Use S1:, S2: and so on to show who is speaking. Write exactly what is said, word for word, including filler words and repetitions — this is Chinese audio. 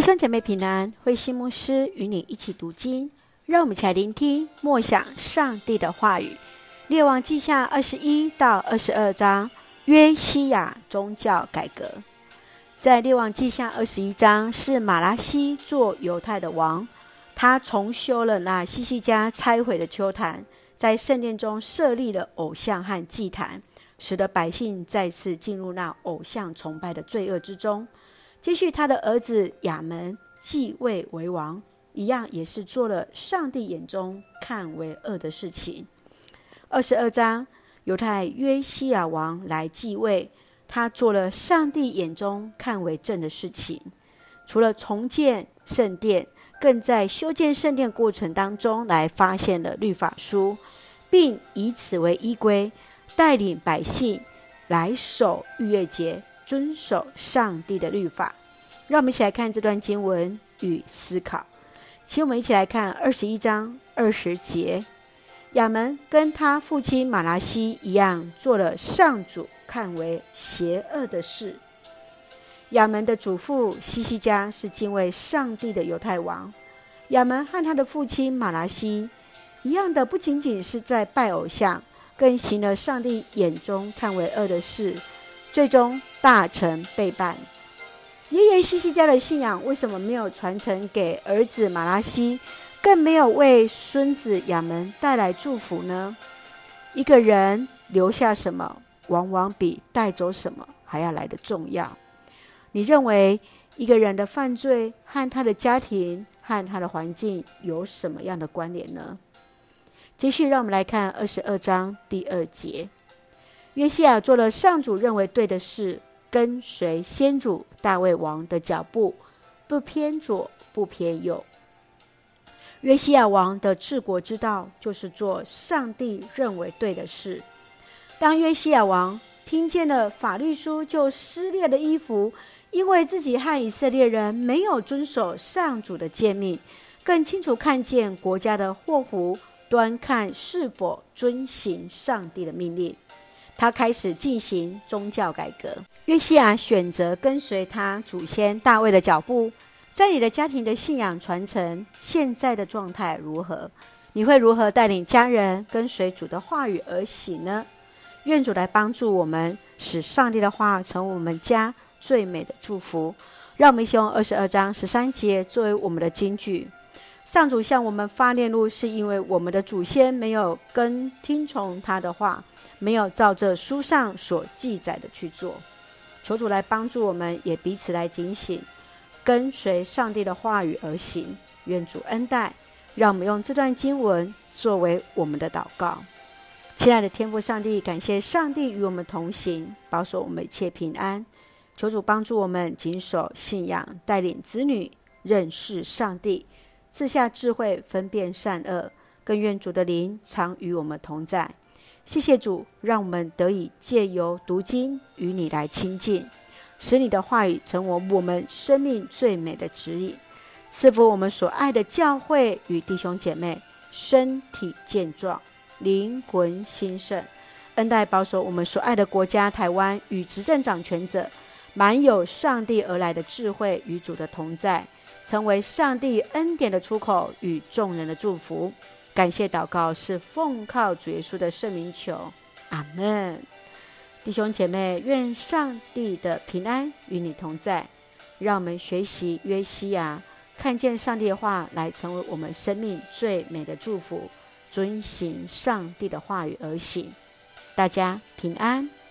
S1: 兄姐妹平安，慧馨牧师与你一起读经，让我们一起来聆听默想上帝的话语。列王记下二十一到二十二章，约西亚宗教改革。在列王记下二十一章是马拉西做犹太的王，他重修了那西西家拆毁的丘坛，在圣殿中设立了偶像和祭坛，使得百姓再次进入那偶像崇拜的罪恶之中。接续他的儿子亚门继位为王，一样也是做了上帝眼中看为恶的事情。二十二章，犹太约西亚王来继位，他做了上帝眼中看为正的事情。除了重建圣殿，更在修建圣殿过程当中来发现了律法书，并以此为依归，带领百姓来守逾越节，遵守上帝的律法。让我们一起来看这段经文与思考。请我们一起来看二十一章二十节。亚门跟他父亲马拿西一样，做了上主看为邪恶的事。亚门的祖父西西家是敬畏上帝的犹太王。亚门和他的父亲马拿西一样的，不仅仅是在拜偶像，更行了上帝眼中看为恶的事，最终大成背叛。爷爷西西家的信仰为什么没有传承给儿子马拉西，更没有为孙子亚门带来祝福呢？一个人留下什么，往往比带走什么还要来得重要。你认为一个人的犯罪和他的家庭和他的环境有什么样的关联呢？继续让我们来看二十二章第二节。约西亚做了上主认为对的事，跟随先祖大卫王的脚步，不偏左不偏右。约西亚王的治国之道就是做上帝认为对的事。当约西亚王听见了法律书，就撕裂了衣服，因为自己和以色列人没有遵守上主的诫命，更清楚看见国家的祸福，端看是否遵行上帝的命令。他开始进行宗教改革。约西亚选择跟随他祖先大卫的脚步。在你的家庭的信仰传承现在的状态如何？你会如何带领家人跟随主的话语而行呢？愿主来帮助我们，使上帝的话成为我们家最美的祝福。让我们一起用二十二章十三节作为我们的金句。上主向我们发烈怒，是因为我们的祖先没有跟听从他的话，没有照着书上所记载的去做。求主来帮助我们，也彼此来警醒，跟随上帝的话语而行。愿主恩待，让我们用这段经文作为我们的祷告。亲爱的天父上帝，感谢上帝与我们同行，保守我们一切平安。求主帮助我们谨守信仰，带领子女认识上帝，赐下智慧分辨善恶，更愿主的灵常与我们同在。谢谢主，让我们得以借由读经与你来亲近，使你的话语成为我们生命最美的指引，赐福我们所爱的教会与弟兄姐妹身体健壮，灵魂兴盛，恩待保守我们所爱的国家台湾与执政掌权者满有上帝而来的智慧与主的同在，成为上帝恩典的出口与众人的祝福。感谢祷告是奉靠主耶稣的圣名求，阿们。弟兄姐妹，愿上帝的平安与你同在。让我们学习约西亚，看见上帝的话来成为我们生命最美的祝福，遵行上帝的话语而行。大家平安。